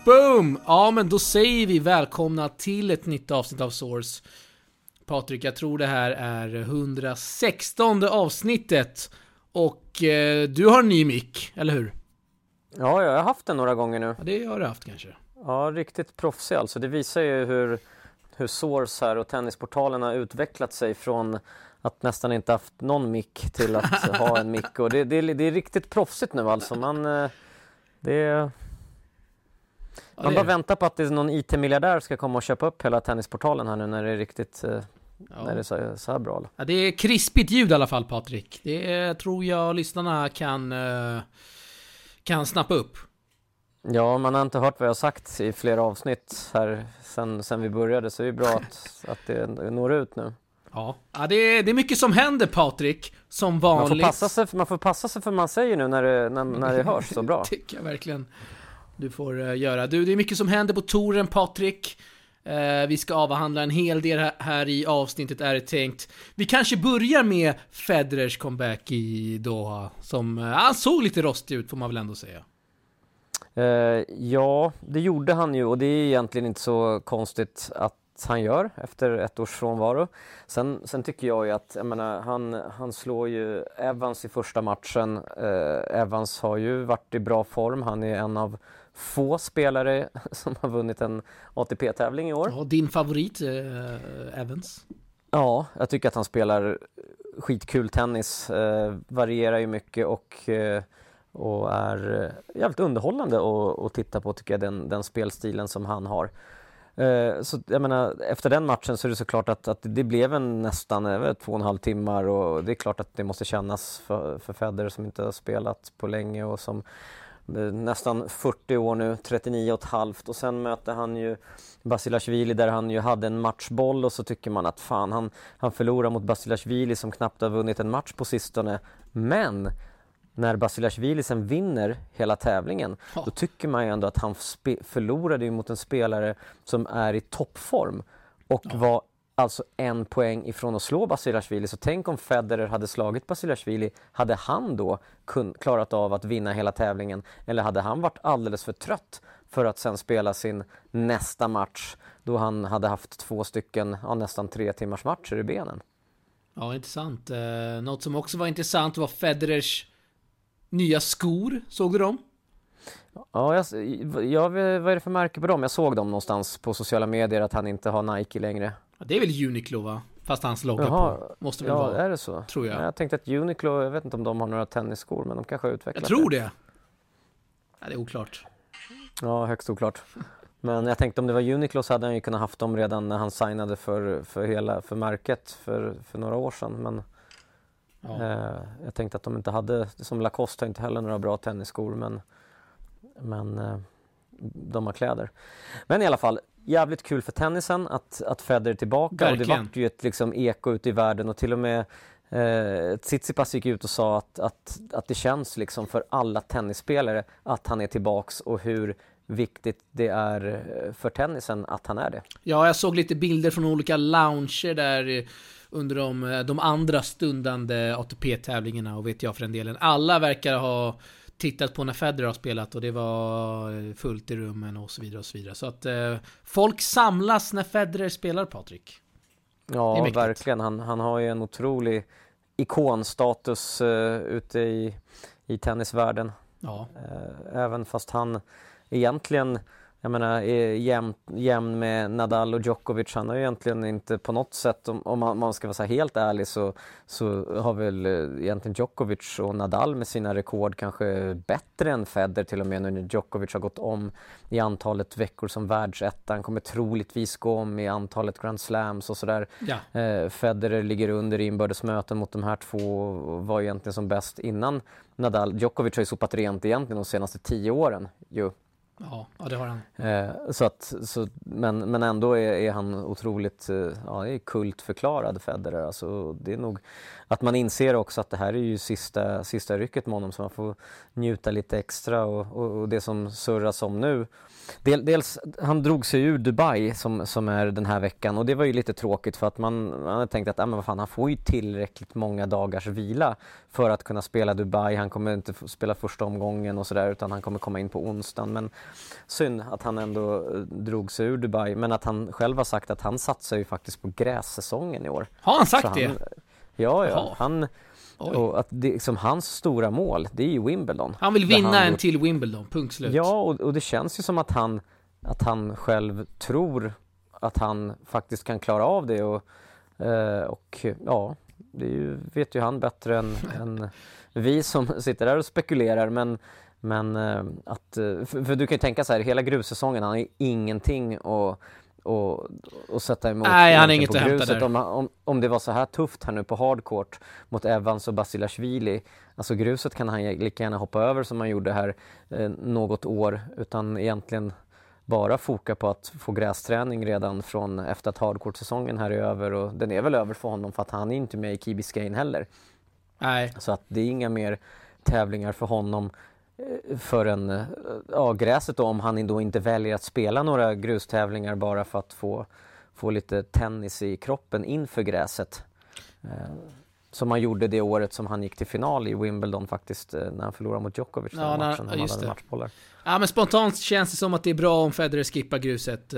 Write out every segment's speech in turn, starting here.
Boom! Ja, men då säger vi välkomna till ett nytt avsnitt av Source. Patrik, jag tror det här är 116:e avsnittet. Och du har en ny mick, eller hur? Ja, jag har haft den några gånger nu. Ja, det har du haft kanske. Ja, riktigt proffsig alltså. Det visar ju hur Source här och Tennisportalen har utvecklat sig från att nästan inte haft någon mick till att ha en mick. Och det är riktigt proffsigt nu alltså. Man bara väntar på att det är någon IT-miljardär ska komma och köpa upp hela Tennisportalen här nu när det är riktigt när det är så här bra. Ja, det är krispigt ljud i alla fall, Patrik. Det tror jag lyssnarna kan snappa upp. Ja, man har inte hört vad jag har sagt i flera avsnitt här sen vi började, så det är bra att det når ut nu. Ja, det är mycket som händer, Patrik, som vanligt. Man får passa sig för man säger nu när det hörs så bra. Tycker jag verkligen du får göra. Det är mycket som händer på touren, Patrik. Vi ska avhandla en hel del här i avsnittet, är det tänkt. Vi kanske börjar med Federers comeback i Doha, som han såg lite rostig ut, får man väl ändå säga. Ja, det gjorde han ju, och det är egentligen inte så konstigt att han gör efter ett års frånvaro. Sen tycker jag ju att, jag menar, han slår ju Evans i första matchen. Evans har ju varit i bra form. Han är en av få spelare som har vunnit en ATP-tävling i år. Ja, din favorit, Evans? Ja, jag tycker att han spelar skitkul tennis. Varierar ju mycket och är jävligt underhållande att titta på, tycker jag, den spelstilen som han har. Så jag menar, efter den matchen så är det såklart att det blev nästan 2,5 timmar, och det är klart att det måste kännas för Federer som inte har spelat på länge och som nästan 40 år nu, 39,5, och sen möter han ju Basilashvili där han ju hade en matchboll, och så tycker man att fan, han förlorar mot Basilashvili som knappt har vunnit en match på sistone, men när Basilashvili sen vinner hela tävlingen, då tycker man ju ändå att han förlorade ju mot en spelare som är i toppform och var alltså 1 poäng ifrån att slå Basilashvili. Så tänk om Federer hade slagit Basilashvili, hade han då klarat av att vinna hela tävlingen, eller hade han varit alldeles för trött för att sen spela sin nästa match då han hade haft 2 stycken nästan 3 timmars matcher i benen? Ja, intressant. Något som också var intressant var Federers nya skor. Såg du dem? Ja, vad är det för märke på dem? Jag såg dem någonstans på sociala medier att han inte har Nike längre. Ja, det är väl Uniqlo, va? Fast hans logga på. Måste väl vara. Ja, är det så? Tror jag. Jag tänkte att Uniqlo, jag vet inte om de har några tennisskor, men de kanske har utvecklat. Jag tror det. Ja, det är oklart. Ja, högst oklart. Men jag tänkte om det var Uniqlo så hade han ju kunnat haft dem redan när han signade för märket för några år sedan. Men jag tänkte att de inte hade, som Lacoste har inte heller några bra tennisskor, men de har kläder. Men i alla fall, jävligt kul för tennisen att Federer är tillbaka. Verkligen. Och det var ju ett liksom eko ute i världen, och till och med Tsitsipas gick ut och sa att det känns liksom för alla tennisspelare att han är tillbaks, och hur viktigt det är för tennisen att han är det. Ja, jag såg lite bilder från olika lounger där under de andra stundande ATP-tävlingarna, och vet jag för en delen. Alla verkar ha tittat på när Federer har spelat, och det var fullt i rummen och så vidare och så vidare. Så att folk samlas när Federer spelar, Patrik. Ja, verkligen. Han har ju en otrolig ikonstatus ute i tennisvärlden. Ja. Även fast han egentligen, jag menar, är jämn med Nadal och Djokovic. Han har ju egentligen inte på något sätt, om man ska vara så helt ärlig, så har väl egentligen Djokovic och Nadal med sina rekord kanske bättre än Federer, till och med nu när Djokovic har gått om i antalet veckor som världsetta. Han kommer troligtvis gå om i antalet Grand Slams och sådär. Ja. Federer ligger under i inbördesmöten mot de här två, och var egentligen som bäst innan Nadal. Djokovic har ju sopat rent egentligen de senaste 10 åren ju. Ja, det har han. Men ändå är han otroligt är kultförklarad, Federer. Alltså, det är nog att man inser också att det här är ju sista rycket med honom, så man får njuta lite extra, och det som surras om nu. Dels, han drog sig ur Dubai som är den här veckan, och det var ju lite tråkigt, för att man hade tänkt att men vad fan, han får ju tillräckligt många dagars vila för att kunna spela Dubai. Han kommer inte spela första omgången och sådär, utan han kommer komma in på onsdagen. Men synd att han ändå drog sig ur Dubai, men att han själv har sagt att han satsar ju faktiskt på grässäsongen i år. Har han sagt det? Ja. Och att det, liksom, hans stora mål, det är ju Wimbledon. Han vill vinna en till Wimbledon, punkt slut. Ja, och det känns ju som att han själv tror att han faktiskt kan klara av det. Och ja, det är ju, vet ju han bättre än vi som sitter där och spekulerar. Men att, för du kan ju tänka så här, hela grussäsongen, han har ju ingenting och sätta emot. Nej, han är inget att hämta där. Om det var så här tufft här nu på hardcourt mot Evans och Basilashvili, alltså gruset kan han lika gärna hoppa över som han gjorde här något år, utan egentligen bara foka på att få grästräning redan från efter att hardcourt-säsongen här är över, och den är väl över för honom för att han är inte med i Key Biscayne heller. Nej. Så att det är inga mer tävlingar för honom förrän gräset då, om han då inte väljer att spela några grustävlingar bara för att få lite tennis i kroppen inför gräset. Som han gjorde det året som han gick till final i Wimbledon faktiskt, när han förlorade mot Djokovic. Ja, matchen, han just hade det. matchbollar. Ja, men spontant känns det som att det är bra om Federer skippar gruset.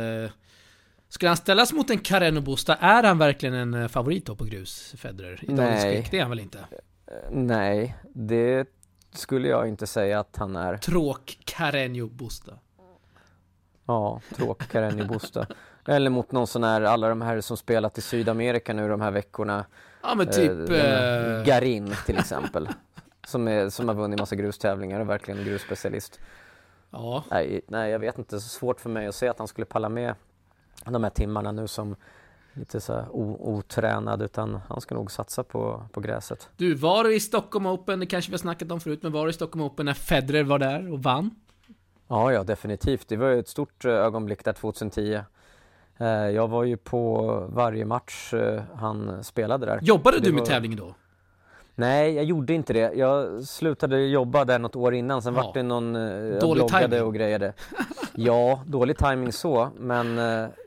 Ska han ställas mot en Carreño Busta, är han verkligen en favorit då på grus, Federer? Nej. Det är han väl inte? Nej, det skulle jag inte säga att han är. Tråk Carreño Busta. Ja, tråk Carreño Busta. Eller mot någon sån här, alla de här som spelat i Sydamerika nu de här veckorna. Ja, men typ Garin till exempel. som har vunnit massa grustävlingar och verkligen grusspecialist. Ja. Nej, jag vet inte, så svårt för mig att se att han skulle palla med de här timmarna nu som lite så här otränad, utan han ska nog satsa på gräset. Du, var du i Stockholm Open? Det kanske vi har snackat om förut, men var du i Stockholm Open när Federer var där och vann? Ja, definitivt. Det var ju ett stort ögonblick där 2010. Jag var ju på varje match han spelade där. Jobbade du med tävlingen då? Nej, jag gjorde inte det. Jag slutade jobba där något år innan. Sen var det någon dålig bloggade timing. Och grejade. Ja, dålig timing så. Men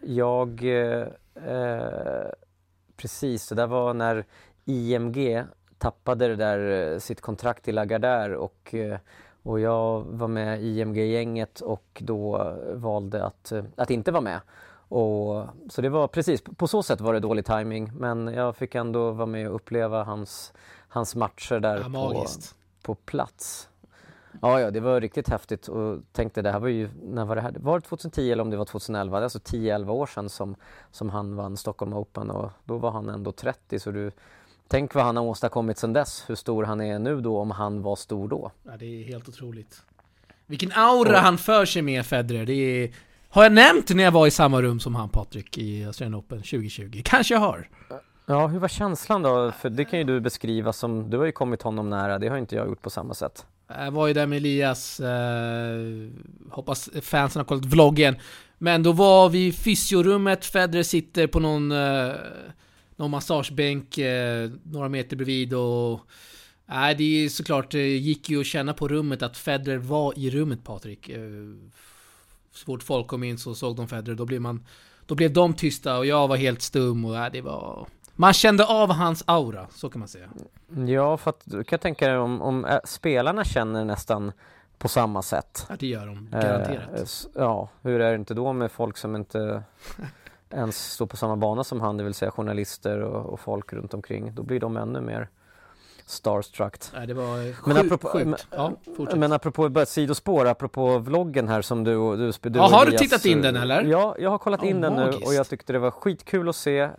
precis, det där var när IMG tappade det där sitt kontrakt i Lagardère och jag var med i IMG-gänget och då valde att inte vara med. Och så det var precis, på så sätt var det dålig timing, men jag fick ändå vara med och uppleva hans matcher där på plats. Ja, det var riktigt häftigt och tänkte det här var ju, när var det här? Var det 2010 eller om det var 2011? Det är alltså 10-11 år sedan som han vann Stockholm Open och då var han ändå 30, så du tänk vad han har åstadkommit sedan dess, hur stor han är nu då om han var stor då. Ja, det är helt otroligt. Vilken aura han för sig med, Federer. Har jag nämnt när jag var i samma rum som han, Patrik, i Australian Open 2020? Kanske jag har. Ja, hur var känslan då? För det kan ju du beskriva som, du har ju kommit honom nära, det har inte jag gjort på samma sätt. Jag var ju där med Elias, hoppas fansen har kollat vloggen. Men då var vi i fysiorummet, Federer sitter på någon massagebänk några meter bredvid och det är såklart, det gick ju att känna på rummet att Federer var i rummet, Patrik. Så fort folk kom in så såg de Federer, då blev de tysta och jag var helt stum och det var... Man kände av hans aura, så kan man säga. Ja, för att du kan tänka dig om spelarna känner nästan på samma sätt. Ja, det gör de, garanterat. Ja, hur är det inte då med folk som inte ens står på samma bana som han, det vill säga journalister och folk runt omkring. Då blir de ännu mer starstruck. Ja, det var sjukt. Men apropå bara ett sidospår, apropå vloggen här som du har du tittat in den eller? Ja, jag har kollat in den nu och jag tyckte det var skitkul att se.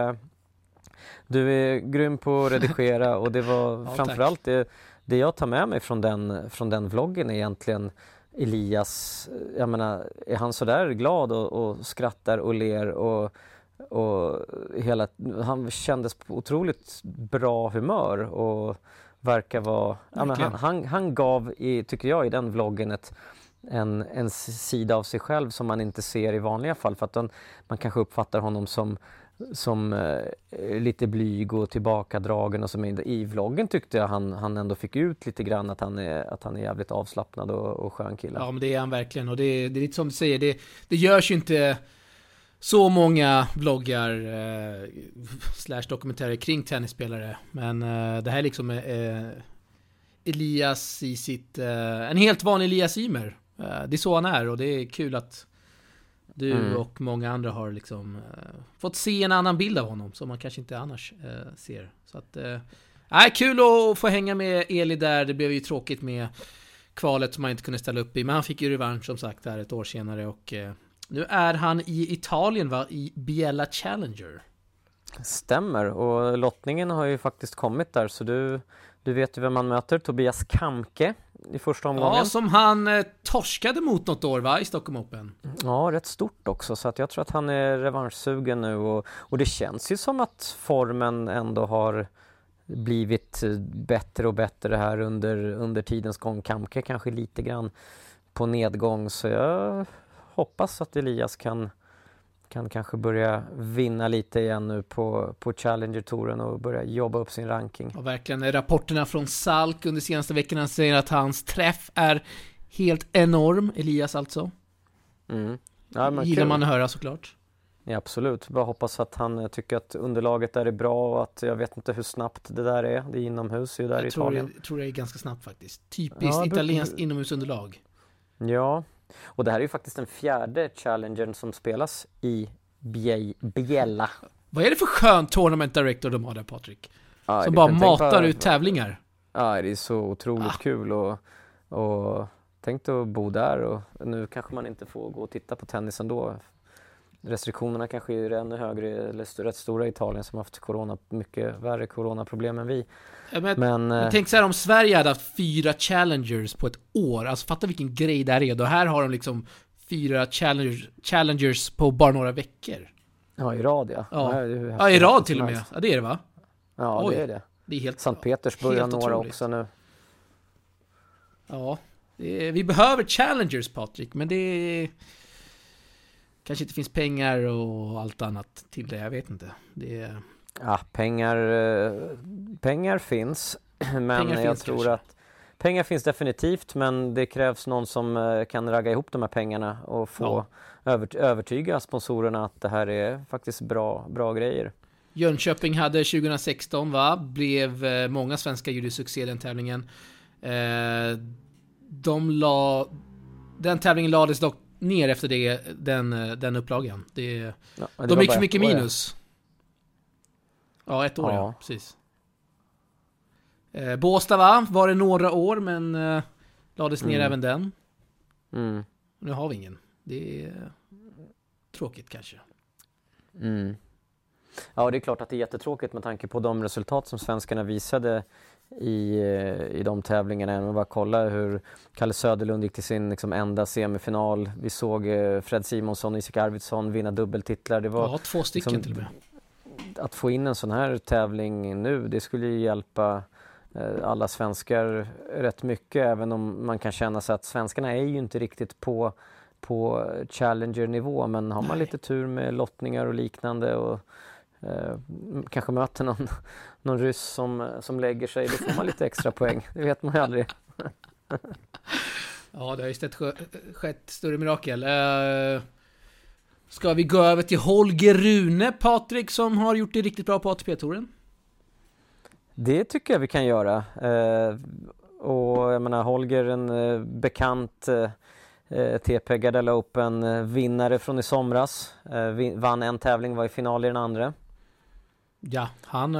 Du är grym på att redigera och det var framförallt det jag tar med mig från den vloggen är egentligen Elias. Jag menar, är han så där glad och skrattar och ler och han kändes på otroligt bra humör och verkar vara han gav tycker jag i den vloggen en sida av sig själv som man inte ser i vanliga fall, för att man kanske uppfattar honom som lite blyg och tillbakadragen och som i vloggen tyckte jag han ändå fick ut lite grann att han är jävligt avslappnad och skön kille. Ja, men det är han verkligen och det är lite som du säger, det görs ju inte så många vloggar / dokumentärer kring tennisspelare, men det här liksom Elias i sitt en helt vanlig Elias Ymer. Det är så han är, och det är kul att du och många andra har liksom fått se en annan bild av honom som man kanske inte annars ser. Så att kul att få hänga med Eli där. Det blev ju tråkigt med kvalet som man inte kunde ställa upp i, men han fick ju revansch som sagt där ett år senare, och nu är han i Italien, va? I Biella Challenger. Stämmer, och lottningen har ju faktiskt kommit där, så du vet ju vem man möter. Tobias Kamke i första omgången. Ja, som han torskade mot något år, va? I Stockholm Open. Ja, rätt stort också, så att jag tror att han är revanschsugen nu, och det känns ju som att formen ändå har blivit bättre och bättre här under tidens gång. Kamke kanske lite grann på nedgång, så jag hoppas att Elias kan kanske börja vinna lite igen nu på Challenger-touren och börja jobba upp sin ranking. Och verkligen, rapporterna från Salk under senaste veckorna säger att hans träff är helt enorm. Elias alltså. Ja, men gillar kul. Man att höra såklart. Ja, absolut. Bara hoppas att han tycker att underlaget där är bra, och att jag vet inte hur snabbt det där är. Det är inomhus ju där i Italien. Jag tror det är ganska snabbt faktiskt. Typiskt italienskt inomhusunderlag. Ja, och det här är ju faktiskt den 4:e Challengern som spelas i Biella. Vad är det för skön tournament director de har där, Patrik? Ja, som bara matar ut tävlingar. Ja, det är så otroligt kul, och tänkt att bo där, och nu kanske man inte får gå och titta på tennis ändå. Restriktionerna kanske är ännu högre eller rätt stora i Italien, som har haft mycket värre coronaproblem än vi. Men tänk så här, om Sverige hade haft 4 challengers på ett år, alltså fatta vilken grej det här är. Då här har de liksom 4 challengers på bara några veckor. Ja, i rad, ja. Ja, i rad till och med. Ja, det är det, va? Ja, Oj, det är det. Det är helt, Sankt Petersburg har några också nu. Ja, vi behöver challengers, Patrik, men det kanske inte finns pengar och allt annat till det, jag vet inte. Ja, pengar finns, men jag tror att pengar finns definitivt, men det krävs någon som kan ragga ihop de här pengarna och få övertyga sponsorerna att det här är faktiskt bra grejer. Jönköping hade 2016, va? Blev många svenska gjorde succé den tävlingen. Den tävlingen lades dock ner efter den upplagan. De gick för mycket minus. Ja, ett år, ja, precis. Båstad, va? Var det några år, men lades ner även den. Nu har vi ingen. Det är tråkigt kanske. Ja, det är klart att det är jättetråkigt med tanke på de resultat som svenskarna visade i de tävlingarna. Man bara kolla hur Kalle Söderlund gick till sin liksom enda semifinal. Vi såg Fred Simonsson och Isak Arvidsson vinna dubbeltitlar. Det var 2 stycken liksom, till och med. Att få in en sån här tävling nu, det skulle ju hjälpa alla svenskar rätt mycket, även om man kan känna sig att svenskarna är ju inte riktigt på Challenger-nivå, men har man lite tur med lottningar och liknande och kanske möter någon ryss som lägger sig, då får man lite extra poäng. Det vet man ju aldrig. Ja, det har ju skett större mirakel. Ska vi gå över till Holger Rune, Patrik, som har gjort det riktigt bra på ATP-touren? Det tycker jag vi kan göra. Och jag menar, Holger, en bekant TP Gardella Open vinnare från i somras. Vann en tävling, var i final i den andra. Ja, han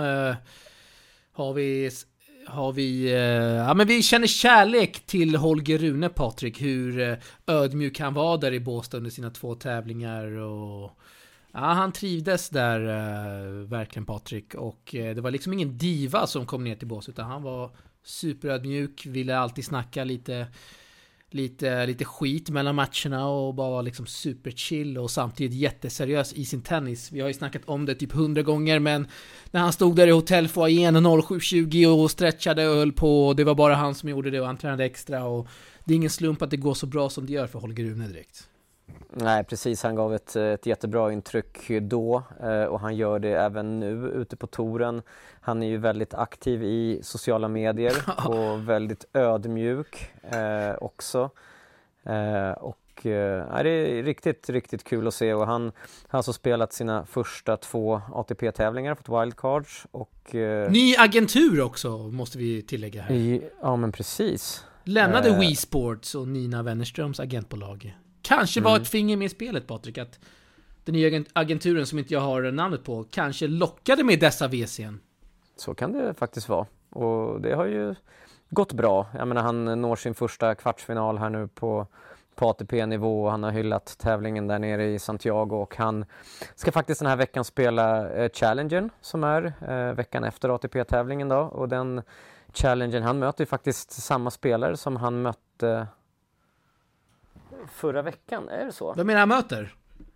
men vi känner kärlek till Holger Rune, Patrik, hur ödmjuk han var där i Båstad under sina 2 tävlingar, och han trivdes där verkligen, Patrik, och det var liksom ingen diva som kom ner till Båstad, utan han var superödmjuk, ville alltid snacka lite skit mellan matcherna och bara var liksom superchill och samtidigt jätteseriös i sin tennis. Vi har ju snackat om det typ 100 gånger, men när han stod där i hotellfoajén 07.20 och stretchade och höll på, det var bara han som gjorde det och han tränade extra, och det är ingen slump att det går så bra som det gör för Holger Rune direkt. Nej, precis. Han gav ett jättebra intryck då, och han gör det även nu ute på touren. Han är ju väldigt aktiv i sociala medier och väldigt ödmjuk också. Det är riktigt kul att se, och han har alltså spelat sina första 2 ATP-tävlingar, fått wildcards och... Ny agentur också, måste vi tillägga här. Ja, men precis. lämnade Wii Sports och Nina Wennerströms agentbolag. Kanske var ett finger med i spelet, Patrik, att den nya agenturen som inte jag har namnet på kanske lockade med dessa WC:n. Så kan det faktiskt vara. Och det har ju gått bra. Jag menar, han når sin första kvartsfinal här nu på ATP-nivå. Han har hyllat tävlingen där nere i Santiago och han ska faktiskt den här veckan spela Challengern som är veckan efter ATP-tävlingen då. Och den Challengern, han möter ju faktiskt samma spelare som han mötte förra veckan, är det så? Vem är det han möter?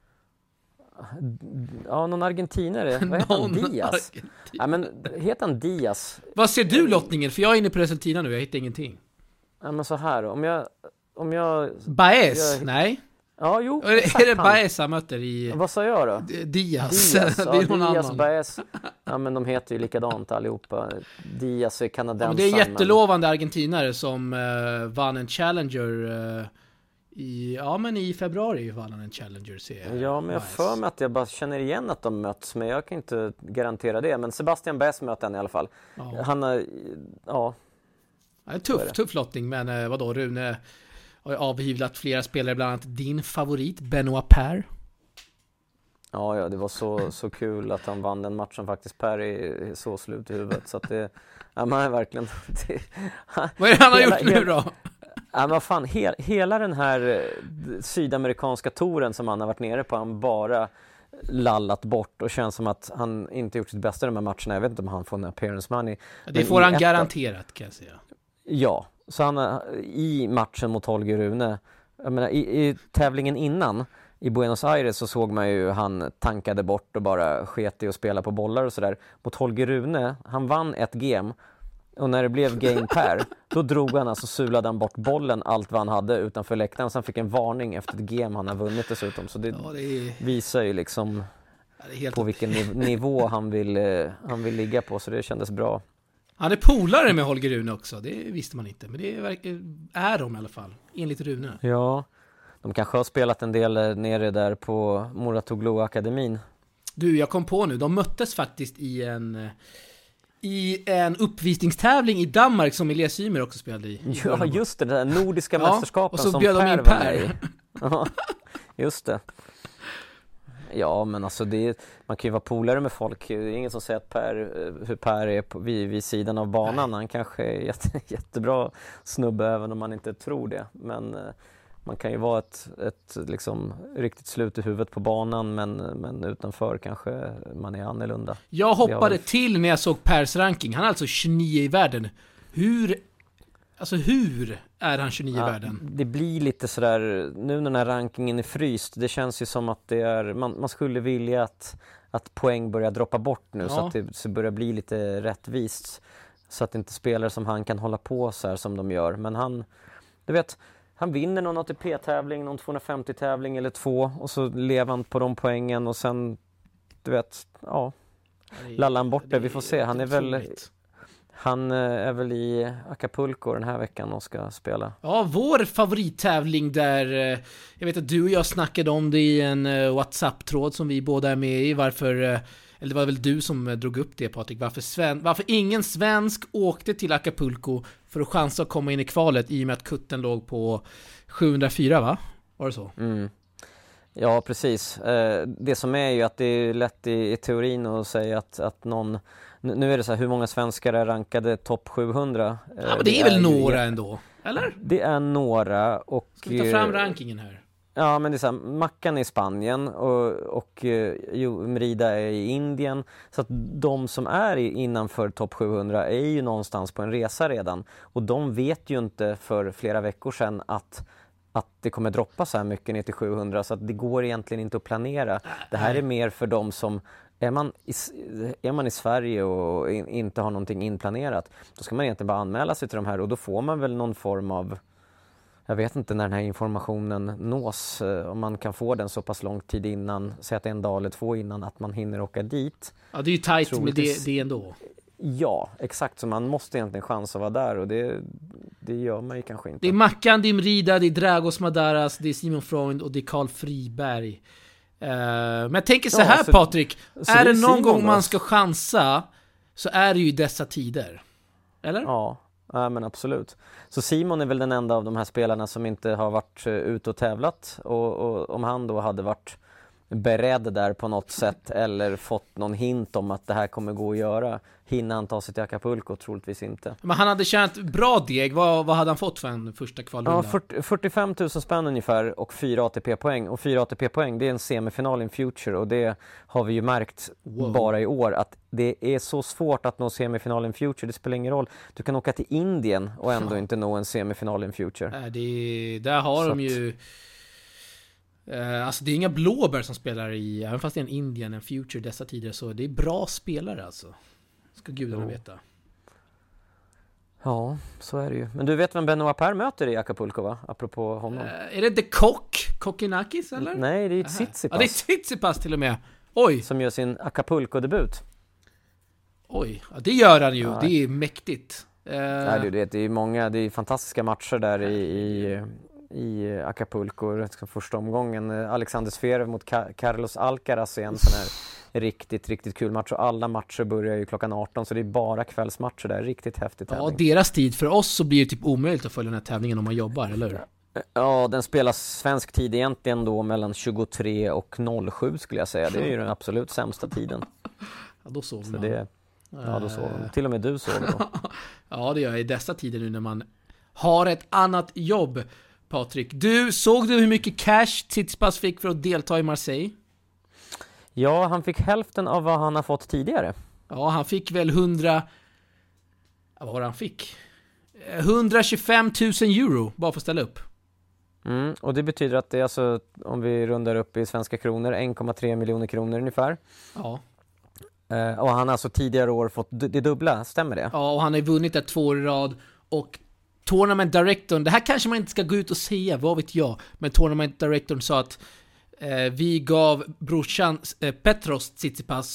Ja, någon argentinare. Vad heter han? Diaz? Ja, men heter han Diaz? Vad ser du lottningen? För jag är inne på resultaten nu, jag hittar ingenting. Ja, men så här, om jag Baez? Nej. Ja, jo. Är det Baez han möter i... Vad sa jag då? Diaz. Ja, det är någon Diaz, annan. Baez. Ja, men de heter ju likadant allihopa. Diaz är kanadensaren. Ja, det är jättelovande argentinare som vann en Challenger i februari vann han en Challenger. Ja, men jag för mig att jag bara känner igen att de möts, men jag kan inte garantera det. Men Sebastian Baez möter han i alla fall. Ja. Han har, ja. Tuff lottning, men vadå, Rune har ju avhyvlat flera spelare, bland annat din favorit, Benoit Paire. Ja, det var så kul att han vann den matchen faktiskt. Per är så slut i huvudet, så att det, ja, man är verkligen... Vad är det han har gjort nu då? Ja, men fan, hela den här sydamerikanska touren som han har varit nere på, han bara lallat bort och känns som att han inte gjort sitt bästa i de här matcherna. Jag vet inte om han får en appearance money. Det får han garanterat, kan jag säga. Ja, så han i matchen mot Holger Rune, jag menar, i tävlingen innan i Buenos Aires så såg man ju han tankade bort och bara sket i att spela på bollar och sådär. Mot Holger Rune, han vann ett game. Och när det blev game pair, då drog han, alltså sulade han bort bollen allt vad han hade utanför läktaren. Så han fick en varning efter ett game han har vunnit dessutom. Så det visar ju liksom på vilken nivå han vill ligga på. Så det kändes bra. Han är polare med Holger Rune också, det visste man inte. Men det är de i alla fall, enligt Rune. Ja, de kanske har spelat en del nere där på Muratoglu-akademin. Du, jag kom på nu, de möttes faktiskt i en uppvisningstävling i Danmark som Elias Ymer också spelade i. Ja, just det, där nordiska mästerskapen och så som bjöd de in Per. Ja, just det. Ja, men alltså man kan ju vara polare med folk. Det är ingen som säger att hur Per är vid sidan av banan. Nej. Han kanske är jättebra snubbe även om man inte tror det. Men man kan ju vara ett liksom riktigt slut i huvudet på banan, men utanför kanske man är annorlunda. Jag hoppade till när jag såg Pers ranking. Han är alltså 29 i världen. Hur är han 29 i världen? Det blir lite sådär, nu när den här rankingen är fryst, det känns ju som att det är, man skulle vilja att poäng börjar droppa bort nu, så att det så börjar bli lite rättvist. Så att inte spelare som han kan hålla på så här som de gör. Men han vinner någon ATP-tävling, någon 250-tävling eller 2, och så lever han på de poängen och sen, lallar han bort det. Vi får se. Han är väl i Acapulco den här veckan och ska spela. Ja, vår favorittävling där, jag vet att du och jag snackade om det i en WhatsApp-tråd som vi båda är med i. Eller det var väl du som drog upp det, Patrik. Varför ingen svensk åkte till Acapulco för att chansa att komma in i kvalet i och med att kutten låg på 704, va? Var det så? Mm. Ja, precis. Det som är ju att det är lätt i teorin att säga att någon... Nu är det så här, hur många svenskar är rankade topp 700? Ja, men det är väl några ändå, eller? Det är några och... Ska vi ta fram rankingen här? Ja, men det är så här, Mackan är i Spanien och Merida är i Indien. Så att de som är innanför topp 700 är ju någonstans på en resa redan. Och de vet ju inte för flera veckor sedan att det kommer droppa så här mycket ner till 700. Så att det går egentligen inte att planera. Det här är mer för dem som... Är man i Sverige och inte har någonting inplanerat, då ska man egentligen bara anmäla sig till de här, och då får man väl någon form av, jag vet inte när den här informationen nås, om man kan få den så pass lång tid innan, säg att 1 dag eller 2 innan, att man hinner åka dit. Ja, det är ju tajt med det ändå. Ja, exakt, så man måste egentligen chansa att vara där, och det gör man ju kanske inte. Det är Mackan, det är Merida, det är Dragos Madaras, det är Simon Freund och det är Carl Friberg. Men jag tänker så här, Patrik, är det någon gång man ska chansa, så är det ju dessa tider. Eller? Ja, Ja, men absolut. Så Simon är väl den enda av de här spelarna som inte har varit ute och tävlat. Och om han då hade varit beredd där på något sätt eller fått någon hint om att det här kommer gå att göra, hinner han ta sig till Acapulco? Troligtvis inte. Men han hade tjänat bra deg. Vad hade han fått för en första kvalrunda? Ja, 45 000 spänn ungefär och 4 ATP-poäng. Och 4 ATP-poäng, det är en semifinal in Future, och det har vi ju märkt bara i år att det är så svårt att nå semifinal in Future. Det spelar ingen roll. Du kan åka till Indien och ändå inte nå en semifinal in Future. Där har de ju... Alltså det är inga blåbär som spelar i, även fast det är en Indian, en Future dessa tider, så det är bra spelare alltså. Ska gudarna veta. Ja, så är det ju. Men du vet vem Benoit Per möter i Acapulco, va? Apropå honom. Är det The Kokkinakis eller? Nej, det är Tsitsipas. Ja, det är Tsitsipas till och med. Oj. Som gör sin Acapulco-debut. Oj, ja, det gör han ju. Ja. Det är mäktigt. Nej, det är många, det är fantastiska matcher där i Acapulco. Första omgången Alexander Zverev mot Carlos Alcaraz är en sån här riktigt kul match, och alla matcher börjar ju klockan 18, så det är bara kvällsmatcher där. Riktigt häftigt tävling. Ja, deras tid. För oss så blir det typ omöjligt att följa den här tävlingen om man jobbar, eller hur? Ja, den spelas svensk tid egentligen då mellan 23 och 07 skulle jag säga. Det är ju den absolut sämsta tiden. Ja, då sover man. Ja, då sover man. Till och med du sover då. Ja, det gör jag i dessa tider nu när man har ett annat jobb. Patrik, såg du hur mycket cash Tsitsipas fick för att delta i Marseille? Ja, han fick hälften av vad han har fått tidigare. Ja, han fick väl 125 000 euro bara för att ställa upp. Och det betyder att det är alltså, om vi rundar upp i svenska kronor, 1,3 miljoner kronor ungefär. Ja. Och han har alltså tidigare år fått det dubbla, stämmer det? Ja, och han har vunnit där 2 år i rad, och Tournament Directorn, det här kanske man inte ska gå ut och säga, vad vet jag, men Tournament Directorn sa att vi gav brorsan Petros Tsitsipas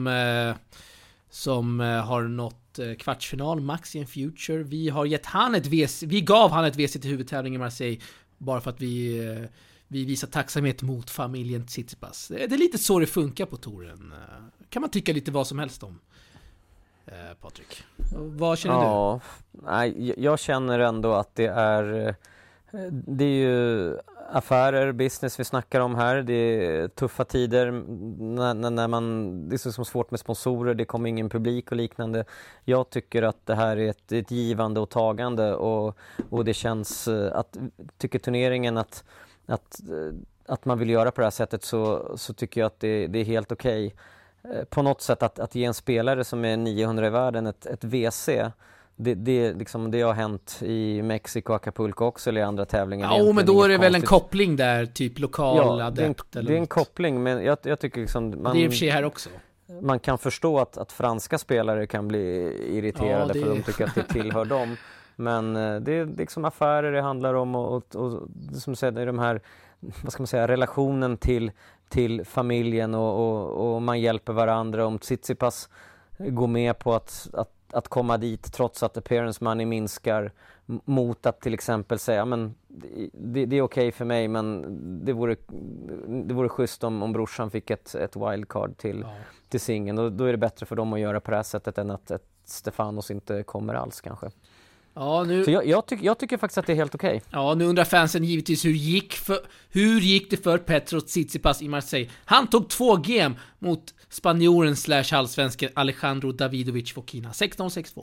som har nått kvartsfinal max i en Future. Vi gav han ett WC till huvudtävlingen i Marseille bara för att vi visar tacksamhet mot familjen Tsitsipas. Det är lite så det funkar på touren. Kan man tycka lite vad som helst om. Patrik, vad känner du? Ja, jag känner ändå att det är ju affärer, business vi snackar om här. Det är tuffa tider när det är så svårt med sponsorer, det kommer ingen publik och liknande. Jag tycker att det här är ett givande och tagande, och det känns tycker turneringen att man vill göra på det här sättet, så tycker jag att det är helt okej. På något sätt att ge en spelare som är 900 i världen ett WC, det har hänt i Mexiko, Acapulco också, eller i andra tävlingar. Ja, men då är det väl en koppling där, typ lokal adept. Det är en koppling, men jag tycker liksom det är i och för sig här också. Man kan förstå att franska spelare kan bli irriterade för de tycker att det tillhör dem. Men det är liksom affärer det handlar om, och som säger, det är de här, vad ska man säga, relationen till familjen, och man hjälper varandra. Om Tsitsipas går med på att komma dit trots att appearance money minskar, mot att till exempel säga men det är okej för mig, men det vore schysst om brorsan fick ett wildcard till singeln. Då är det bättre för dem att göra på det här sättet än att Stefanos inte kommer alls kanske. Ja, så jag tycker faktiskt att det är helt okej. Ja, nu undrar fansen givetvis hur gick det för Petros Tsitsipas i Marseille? Han tog 2 game mot spanjoren / halvsvensken Alejandro Davidovich Fokina. 16-6-2.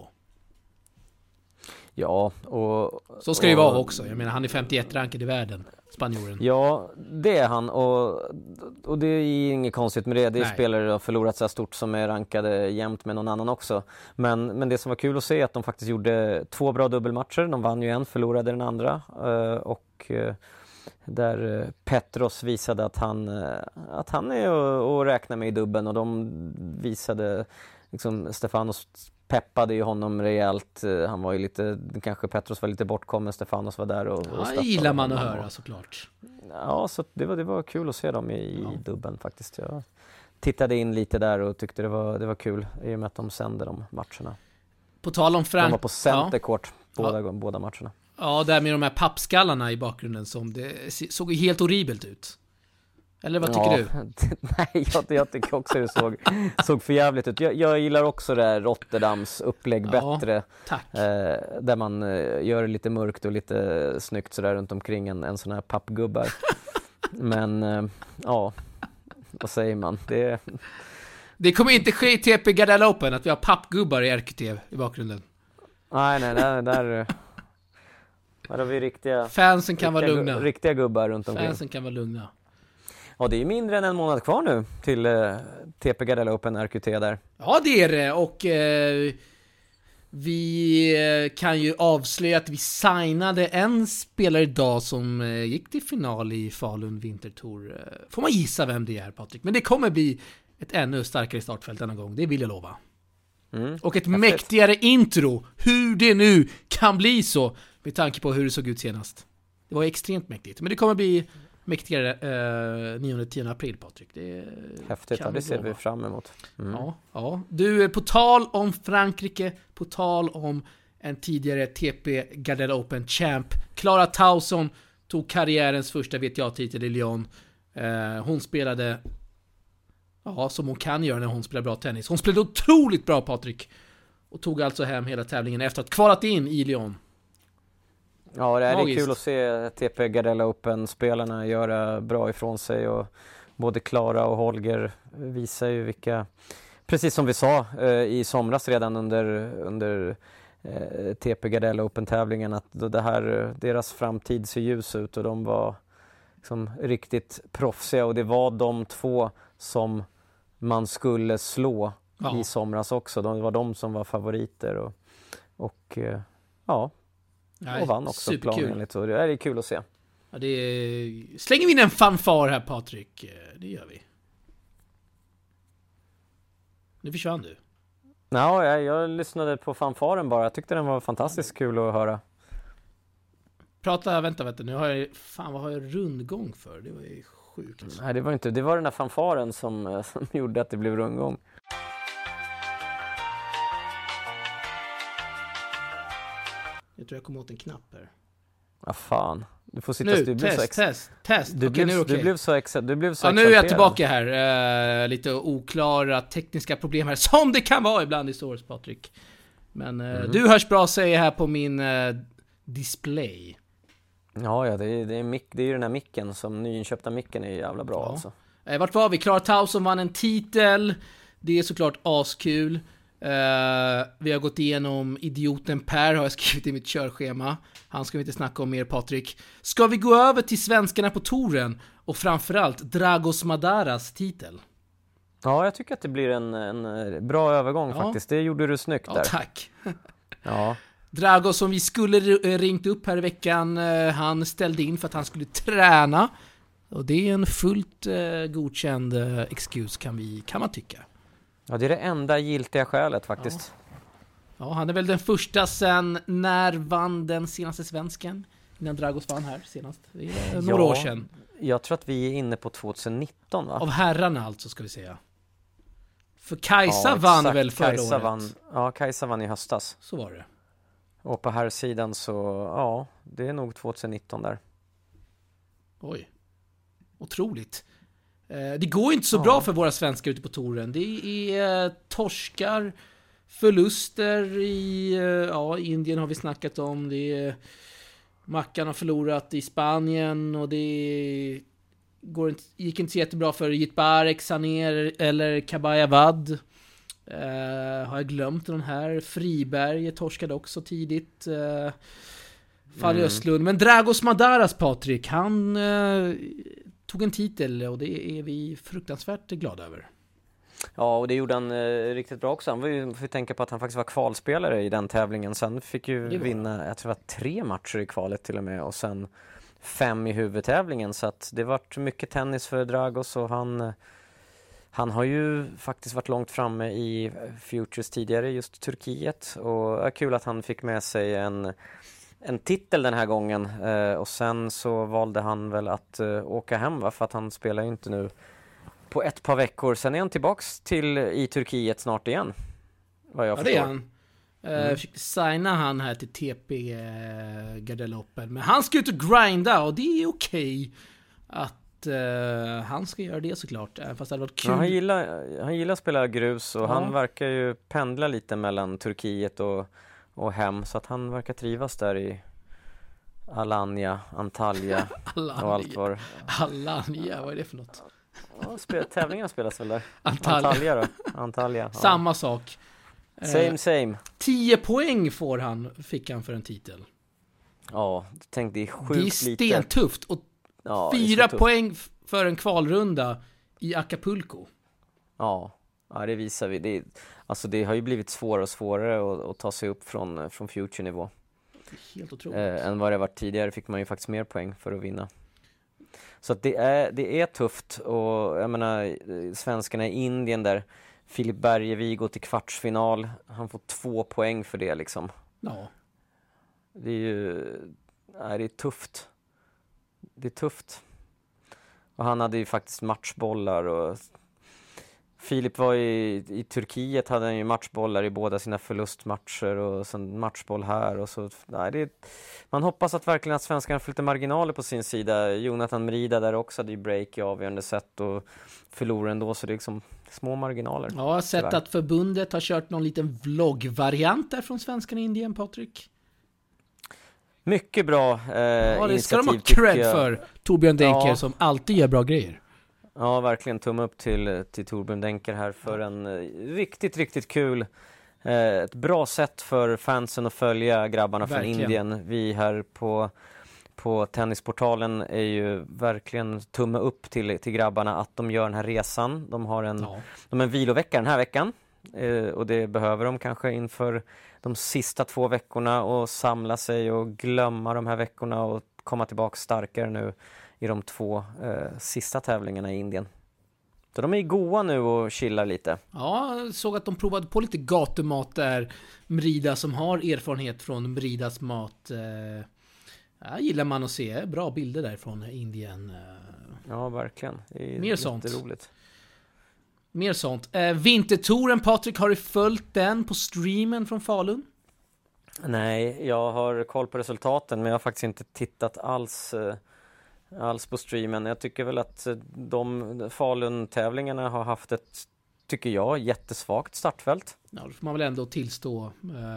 Ja, och så ska det ju vara också. Jag menar, han är 51 rankad i världen, spanjoren. Ja, det är han, och det är inget konstigt med det. Det är spelare som har förlorat så här stort som är rankade jämt med någon annan också. Men det som var kul att se är att de faktiskt gjorde 2 bra dubbelmatcher. De vann ju en, förlorade den andra, och där Petros visade att han är att räkna med i dubbeln, och de visade liksom, Stefanos peppade ju honom rejält. Han var ju lite, kanske Petros var lite bortkommen, Stefanos var där och ja, gillar man att höra såklart. Ja, så det var kul att se dem i dubbeln faktiskt. Jag tittade in lite där och tyckte det var kul i och med att de sände de matcherna. På tal om de var på centerkort båda matcherna. Ja, där med de här pappskallarna i bakgrunden, som det såg ju helt horribelt ut. Eller vad tycker du? Nej, jag tycker också det såg för jävligt ut. Jag gillar också det här Rotterdams upplägg bättre. Tack. Där man gör det lite mörkt och lite snyggt sådär runt omkring en sån här pappgubbar. Men vad säger man? Det kommer inte ske i TP Gardella Open att vi har pappgubbar i RQT i bakgrunden. Nej, där har vi riktiga... Fansen kan vara lugna. Riktiga gubbar runt omkring. Fansen kan vara lugna. Ja, det är mindre än en månad kvar nu till TP Gardella Open RQT där. Ja, det är det. Och vi kan ju avslöja att vi signade en spelare idag som gick till final i Falun Vintertour. Får man gissa vem det är, Patrik? Men det kommer bli ett ännu starkare startfält denna gång. Det vill jag lova. Och ett mäktigare intro. Hur det nu kan bli så. Med tanke på hur det såg ut senast. Det var extremt mäktigt. Men det kommer bli mäktigare 9-10 april, Patrik. Det häftigt, det ser vi fram emot. Ja. Du, på tal om Frankrike, på tal om en tidigare TP Gardella Open champ, Clara Tauson tog karriärens första WTA-titel i Lyon. Hon spelade som hon kan göra när hon spelar bra tennis. Hon spelade otroligt bra, Patrik, och tog alltså hem hela tävlingen efter att kvalat in i Lyon. Ja, det är kul att se TP Gardella Open-spelarna göra bra ifrån sig, och både Clara och Holger visar ju vilka, precis som vi sa i somras redan under TP Gardella Open-tävlingen, att det här, deras framtid ser ljus ut och de var liksom riktigt proffsiga, och det var de två som man skulle slå i somras också. Det var de som var favoriter och vann också planenligt, så det är kul att se. Ja, slänger vi in en fanfar här, Patrik. Det gör vi. Nu försvann du. Jag lyssnade på fanfaren bara. Jag tyckte den var fantastiskt kul att höra. Vänta. Nu har jag... Fan, vad har jag rundgång för? Det var ju sjukt. Nej, det var inte. Det var den där fanfaren som gjorde att det blev rundgång. Jag tror jag kom åt en knapp här. Fan. Du får sitta nu, test. Du blev så exalterad. Nu är jag tillbaka här. Lite oklara tekniska problem här, som det kan vara ibland i Source, Patrik. Men du hörs bra, säger här på min display. Ja, det är ju den här micken, som nyinköpta micken är jävla bra alltså. Vart var vi? Clara Tauson vann en titel. Det är såklart askul. Vi har gått igenom idioten Per, har jag skrivit i mitt körschema. Han ska vi inte snacka om mer, Patrik. Ska vi gå över till svenskarna på touren och framförallt Dragos Madaras titel? Ja, jag tycker att det blir en bra övergång faktiskt. Det gjorde du snyggt där. Tack. Ja. Dragos, som vi skulle ringt upp här i veckan, han ställde in för att han skulle träna. Och det är en fullt godkänd excuse, kan man tycka. Ja, det är det enda giltiga skälet faktiskt. Ja, han är väl den första sen när vann den senaste svensken, innan Dragos vann här senast. Det är några år sedan. Jag tror att vi är inne på 2019, va? Av herrarna alltså, ska vi säga. För Kajsa vann väl förra året? Kajsa vann i höstas. Så var det. Och på här sidan så, det är nog 2019 där. Oj. Otroligt. Det går inte så bra för våra svenskar ute på touren. Det är torskar, förluster i Indien har vi snackat om. Det är Mackan har förlorat i Spanien, och det gick inte så jättebra för Jitbarek, Saner eller Kabayavad. Har jag glömt den här? Friberg torskade också tidigt. Fall i Östlund. Men Dragos Madaras, Patrik, han tog en titel, och det är vi fruktansvärt glada över. Ja, och det gjorde han riktigt bra också. Han får tänka på att han faktiskt var kvalspelare i den tävlingen. Sen fick ju vinna, jag tror det var 3 matcher i kvalet till och med, och sen 5 i huvudtävlingen. Så att det var mycket tennis för Dragos, och han har ju faktiskt varit långt framme i Futures tidigare, just Turkiet. Och kul att han fick med sig en titel den här gången. Och sen så valde han väl att åka hem, för att han spelar ju inte nu på ett par veckor. Sen är han tillbaks i Turkiet snart igen, vad jag förstår. Det är han. Försökte signa han här till TP Gardella Open. Men han ska ut och grinda, och det är okej att han ska göra det såklart. Fast det hade varit kul. Ja, han gillar att spela grus och han verkar ju pendla lite mellan Turkiet och hem. Så att han verkar trivas där i Alanya, Antalya och allt var. Alanya, vad är det för något? Ja, tävlingarna spelas väl där. Antalya Då. Antalya. Ja. Samma sak. Same. 10 poäng fick han för en titel. Ja, tänk det är sjukt lite. Det är stentufft. Och 4 poäng för en kvalrunda i Acapulco. Ja, det visar vi. Det har ju blivit svårare och svårare att ta sig upp från future-nivå. Helt otroligt. Än vad det var tidigare fick man ju faktiskt mer poäng för att vinna. Så att det är tufft. Och jag menar, svenskarna i Indien där, Filip Bergevig går till kvartsfinal. Han får 2 poäng för det liksom. Ja. Det är ju... det är tufft. Det är tufft. Och han hade ju faktiskt matchbollar och... Filip var i Turkiet, hade han ju matchbollar i båda sina förlustmatcher och sen matchboll här och så. Man hoppas att verkligen att svenskarna får lite marginaler på sin sida. Jonathan Merida där också hade ju break i avgörande sätt och förlorar ändå, så det är liksom små marginaler. Ja, jag har sett att förbundet har kört någon liten vloggvariant där från svenskarna i Indien, Patrik. Mycket bra initiativ. Det ska de ha cred för, Torbjörn Denker, som alltid gör bra grejer. Ja, verkligen tumme upp till Torbjörn Denker här för en riktigt kul, ett bra sätt för fansen att följa grabbarna från Indien. Vi här på Tennisportalen är ju verkligen tumme upp till grabbarna att de gör den här resan. De har en vilovecka den här veckan och det behöver de kanske inför de sista 2 veckorna och samla sig och glömma de här veckorna och komma tillbaka starkare nu i de 2 sista tävlingarna i Indien. Så de är i Goa nu och chillar lite. Ja, jag såg att de provade på lite gatumat där. Merida som har erfarenhet från Meridas mat. Gillar man att se. Bra bilder där från Indien. Ja, verkligen. Det är mer sånt. Roligt. Mer sånt. Vintertouren, Patrik, har du följt den på streamen från Falun? Nej, jag har koll på resultaten men jag har faktiskt inte tittat alls på streamen. Jag tycker väl att de Falun-tävlingarna har haft ett, tycker jag, jättesvagt startfält. Ja, det får man väl ändå tillstå.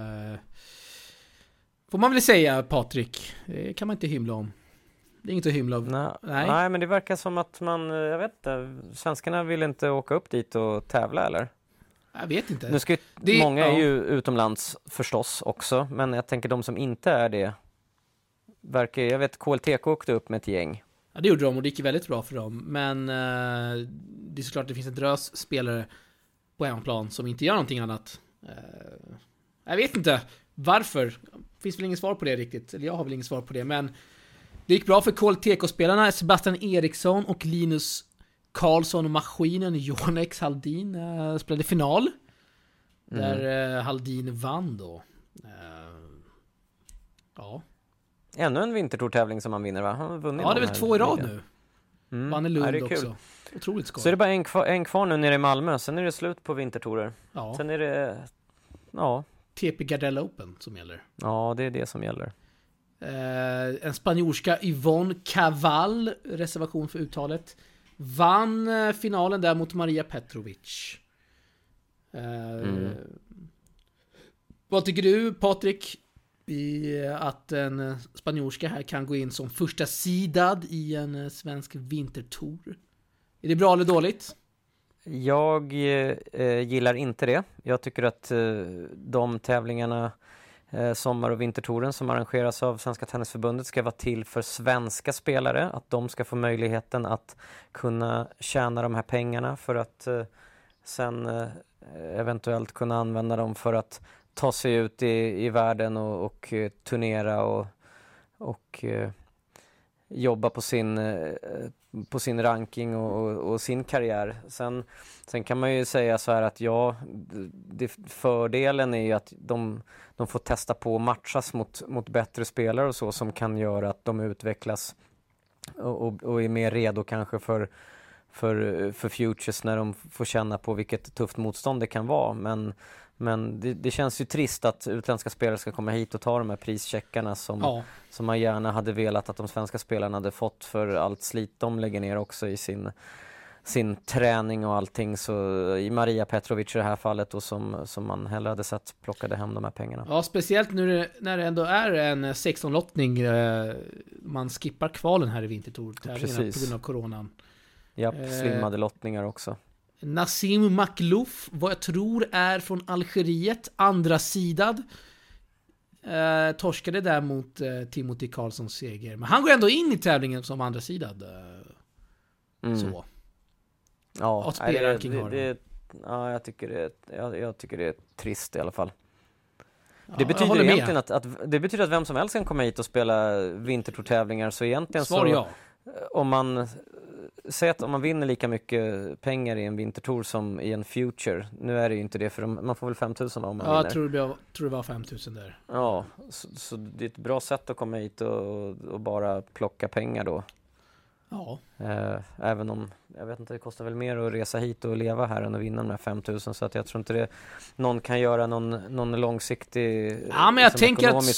Får man väl säga, Patrik. Det kan man inte hymla om. Det är inget att hymla om. Nej, men det verkar som att jag vet inte, svenskarna vill inte åka upp dit och tävla, eller? Jag vet inte. Många är ju utomlands förstås också, men jag tänker de som inte är det jag vet KLTK åkte upp med ett gäng. Ja, det gjorde de och det gick väldigt bra för dem. Men det är såklart att det finns en drös spelare på hemmaplan som inte gör någonting annat. Jag vet inte varför. Finns väl ingen svar på det riktigt. Eller jag har väl ingen svar på det. Men det gick bra för KLTK-spelarna. Sebastian Eriksson och Linus Karlsson och maskinen Jonex Haldin spelade final. Där Haldin vann då. Ja. Ännu en vintertourtävling som man vinner, va? Han har vunnit. Ja, det är väl 2 i rad nu. Vann i Lund också. Otroligt skoj. Så är det bara en kvar nu nere i Malmö. Sen är det slut på vintertourer. Ja. Sen är det... TP Gardella Open som gäller. Ja, det är det som gäller. En spanjorska Yvonne Cavall, reservation för uttalet, vann finalen där mot Maria Petrovic. Vad tycker du, Patrik, att en spanjorska här kan gå in som första sidad i en svensk vintertour? Är det bra eller dåligt? Jag gillar inte det. Jag tycker att de tävlingarna, sommar- och vintertouren som arrangeras av Svenska Tennisförbundet, ska vara till för svenska spelare. Att de ska få möjligheten att kunna tjäna de här pengarna för att sen eventuellt kunna använda dem för att ta sig ut i världen och turnera och jobba på sin ranking och sin karriär. Sen kan man ju säga så här att fördelen är ju att de får testa på att matchas mot bättre spelare och så, som kan göra att de utvecklas och är mer redo kanske för Futures när de får känna på vilket tufft motstånd det kan vara. Men det känns ju trist att utländska spelare ska komma hit och ta de här prischeckarna som man gärna hade velat att de svenska spelarna hade fått för allt slit de lägger ner också i sin träning och allting. Så i Maria Petrovic i det här fallet och som man hellre hade sett plockade hem de här pengarna. Ja, speciellt nu när det ändå är en 16-lottning. Man skippar kvalen här i vintertour-tävlingarna på grund av coronan. Japp, slimmade lottningar också. Nassim Maklouf, vad jag tror är från Algeriet, andra sidad. Torskade där mot Timothy Karlssons seger. Men han går ändå in i tävlingen som andra sidad. Så. Ja, jag tycker det är trist i alla fall. Ja, det betyder egentligen att det betyder att vem som helst kan komma hit och spela vintertourtävlingar, så egentligen Svar ja. Om man säger att om man vinner lika mycket pengar i en vintertour som i en future, nu är det ju inte det för man får väl 5 000 om man vinner. Jag tror det var 5 000 där. Ja, så det är ett bra sätt att komma hit och bara plocka pengar då. Ja. Även om, jag vet inte, det kostar väl mer att resa hit och leva här än att vinna de här 5 000, så att jag tror inte någon kan göra någon långsiktig. Ja, men jag tänker att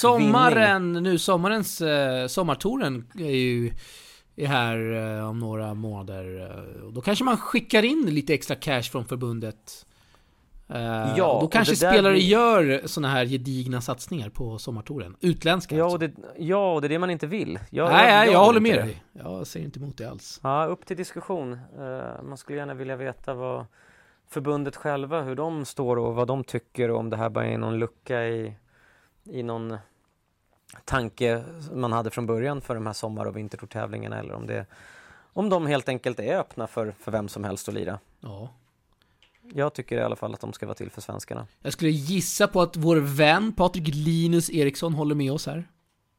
sommartouren är här om några månader. Då kanske man skickar in lite extra cash från förbundet. Ja, och då kanske spelare gör såna här gedigna satsningar på sommartouren. Utländska. Ja, och det är det man inte vill. Jag håller med dig. Jag säger inte emot det alls. Ja, upp till diskussion. Man skulle gärna vilja veta vad förbundet själva, hur de står och vad de tycker, och om det här bara är någon lucka i någon tanke man hade från början för de här sommar- och vintertourtävlingarna, eller om de helt enkelt är öppna för vem som helst att lira. Ja. Jag tycker i alla fall att de ska vara till för svenskarna. Jag skulle gissa på att vår vän Patrik Linus Eriksson håller med oss här.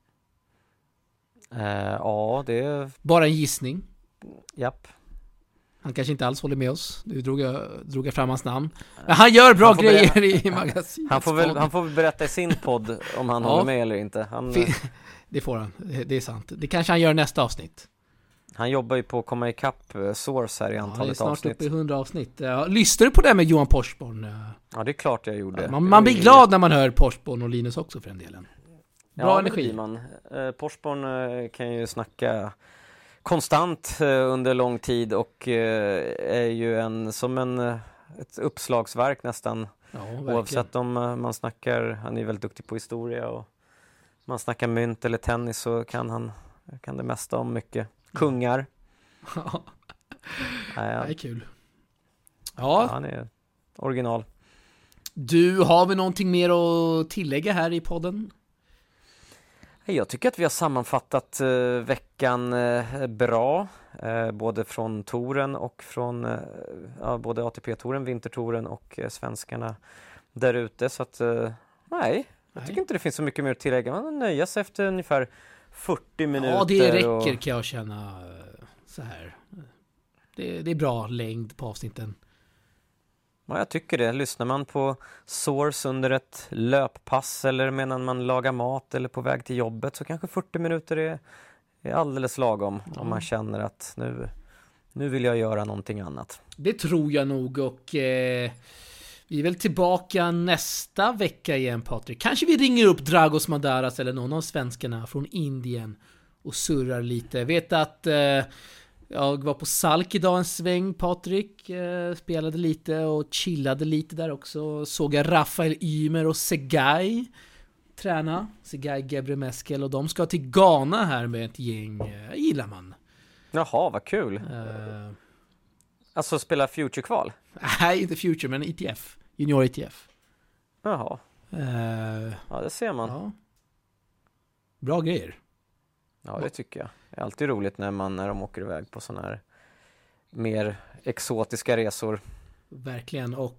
Ja, det är... Bara en gissning. Japp. Han kanske inte alls håller med oss. Nu drog jag fram hans namn. Men han gör bra grejer i magasinet. Han får väl berätta i sin podd om han håller med eller inte. Det får han. Det är sant. Det kanske han gör nästa avsnitt. Han jobbar ju på att komma ikapp Source här i antalet avsnitt. Det är snart uppe i 100 avsnitt. Lyssnar du på det med Johan Porsborn? Ja, det är klart jag gjorde. Man blir glad när man hör Porsborn och Linus också för en delen. Bra energi. Porsborn kan ju snacka konstant under lång tid och är ju ett uppslagsverk nästan. Ja, oavsett om man snackar, han är väldigt duktig på historia, och man snackar mynt eller tennis, så kan det mesta om mycket. Kungar. Ja. Det är kul. Ja, han är original. Du, har vi någonting mer att tillägga här i podden? Jag tycker att vi har sammanfattat veckan bra. Både från touren och från både ATP-touren, vintertouren och svenskarna där ute. Så att nej, jag tycker inte det finns så mycket mer att tillägga. Man nöjer sig efter ungefär 40 minuter. Ja, det räcker kan jag känna så här. Det är bra längd på avsnitten. Ja, jag tycker det. Lyssnar man på Source under ett löppass eller medan man lagar mat eller på väg till jobbet, så kanske 40 minuter är alldeles lagom om man känner att nu vill jag göra någonting annat. Det tror jag nog, och vi är väl tillbaka nästa vecka igen, Patrik. Kanske vi ringer upp Dragos Madaras eller någon av svenskarna från Indien och surrar lite. Jag vet att jag var på Salk idag en sväng, Patrik. Spelade lite och chillade lite där också. Såg jag Rafael Ymer och Segay träna. Segay Gebremeskel, och de ska till Ghana här med ett gäng. Gillar man. Jaha, vad kul. Alltså spela Future-kval? Nej, inte Future, men ETF. Junior ETF. Jaha. Ja, det ser man. Ja. Bra grejer. Ja, det tycker jag. Det är alltid roligt när de åker iväg på sådana här mer exotiska resor. Verkligen. Och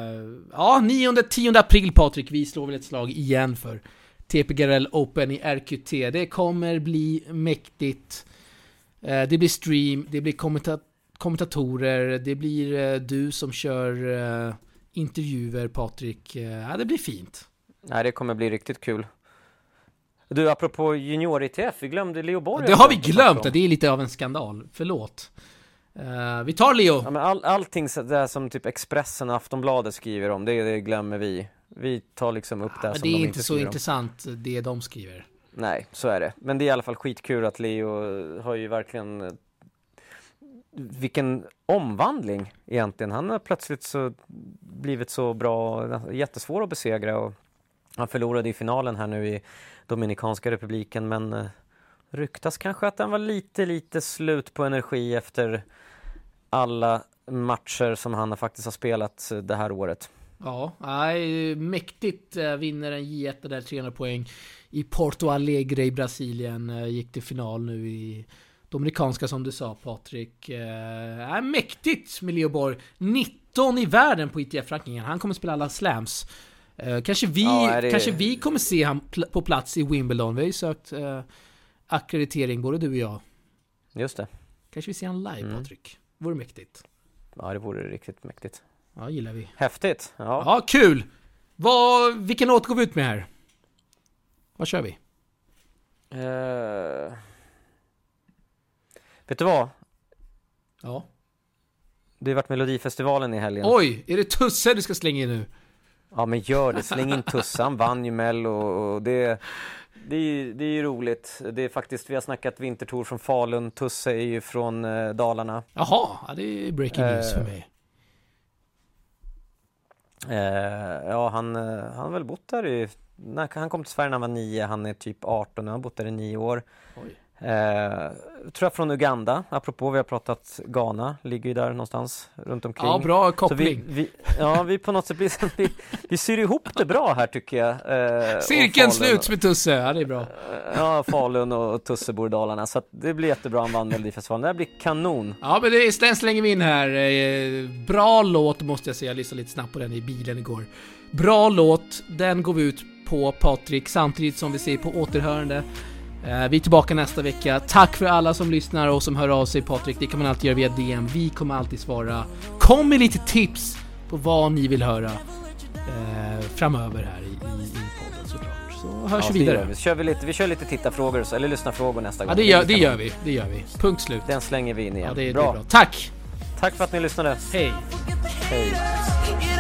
9-10 april, Patrik, vi slår väl ett slag igen för TPGRL Open i RQT. Det kommer bli mäktigt. Det blir stream, det blir kommentatorer, det blir du som kör intervjuer, Patrik. Det blir fint. Nej, det kommer bli riktigt kul. Du, apropå junior-ETF, vi glömde Leo Borg. Det har vi glömt, det är lite av en skandal. Förlåt. Vi tar Leo. Ja, men allting där som typ Expressen och Aftonbladet skriver om, det glömmer vi. Vi tar liksom upp det som det är de inte så om. Intressant det de skriver. Nej, så är det. Men det är i alla fall skitkul att Leo har ju verkligen... Vilken omvandling egentligen. Han har plötsligt så blivit så bra, jättesvår att besegra, och han förlorade i finalen här nu i Dominikanska republiken, men ryktas kanske att han var lite slut på energi efter alla matcher som han faktiskt har spelat det här året. Ja, mäktigt vinner en J1 där 300 poäng i Porto Alegre i Brasilien. Gick till final nu i Dominikanska som du sa, Patrik. Mäktigt med Leo Borg. 19 i världen på ITF-rankingen. Han kommer spela alla slams. Kanske vi kommer se han på plats i Wimbledon. Vi har ju sökt akkreditering, både du och jag. Just det. Kanske vi ser han live, Patrik. Vore mäktigt. Ja, det vore riktigt mäktigt. Ja, gillar vi. Häftigt. Ja, kul! Vilken låt går vi ut med här? Vad kör vi? Vet du vad? Ja. Det har varit Melodifestivalen i helgen. Oj, är det Tusse du ska slänga in nu? Ja, men gör det. Släng in Tusse. Han vann ju Mello, och det är ju roligt. Det är faktiskt, vi har snackat vintertour från Falun. Tusse är ju från Dalarna. Jaha, det är breaking news för mig. Han har väl bott där han kom till Sverige när han var 9. Han är typ 18 och han har bott där i 9 år. Oj. Tror jag från Uganda. Apropå, vi har pratat Ghana. Ligger ju där någonstans runt omkring. Ja, bra koppling. Vi på något sätt vi syr ihop det bra här, tycker jag. Cirkeln sluts med Tusse. Ja, det är bra. Ja, Falun och Tusse bor i Dalarna. Så att det blir jättebra en vandel i festivalen. Det här blir kanon. Ja, men den slänger vi in här. Bra låt måste jag säga. Jag lyssnade lite snabbt på den i bilen igår. Bra låt. Den går vi ut på, Patrik, samtidigt som vi ser på återhörande. Vi är tillbaka nästa vecka. Tack för alla som lyssnar och som hör av sig, Patrik. Det kan man alltid göra via DM. Vi kommer alltid svara. Kom med lite tips på vad ni vill höra framöver här i podden, såklart. Så hörs vi vidare. Vi kör lite tittarfrågor eller lyssnarfrågor nästa gång. Ja, det gör vi. Punkt slut. Den slänger vi in igen. Ja, det är bra. Tack! Tack för att ni lyssnade. Hej! Hej!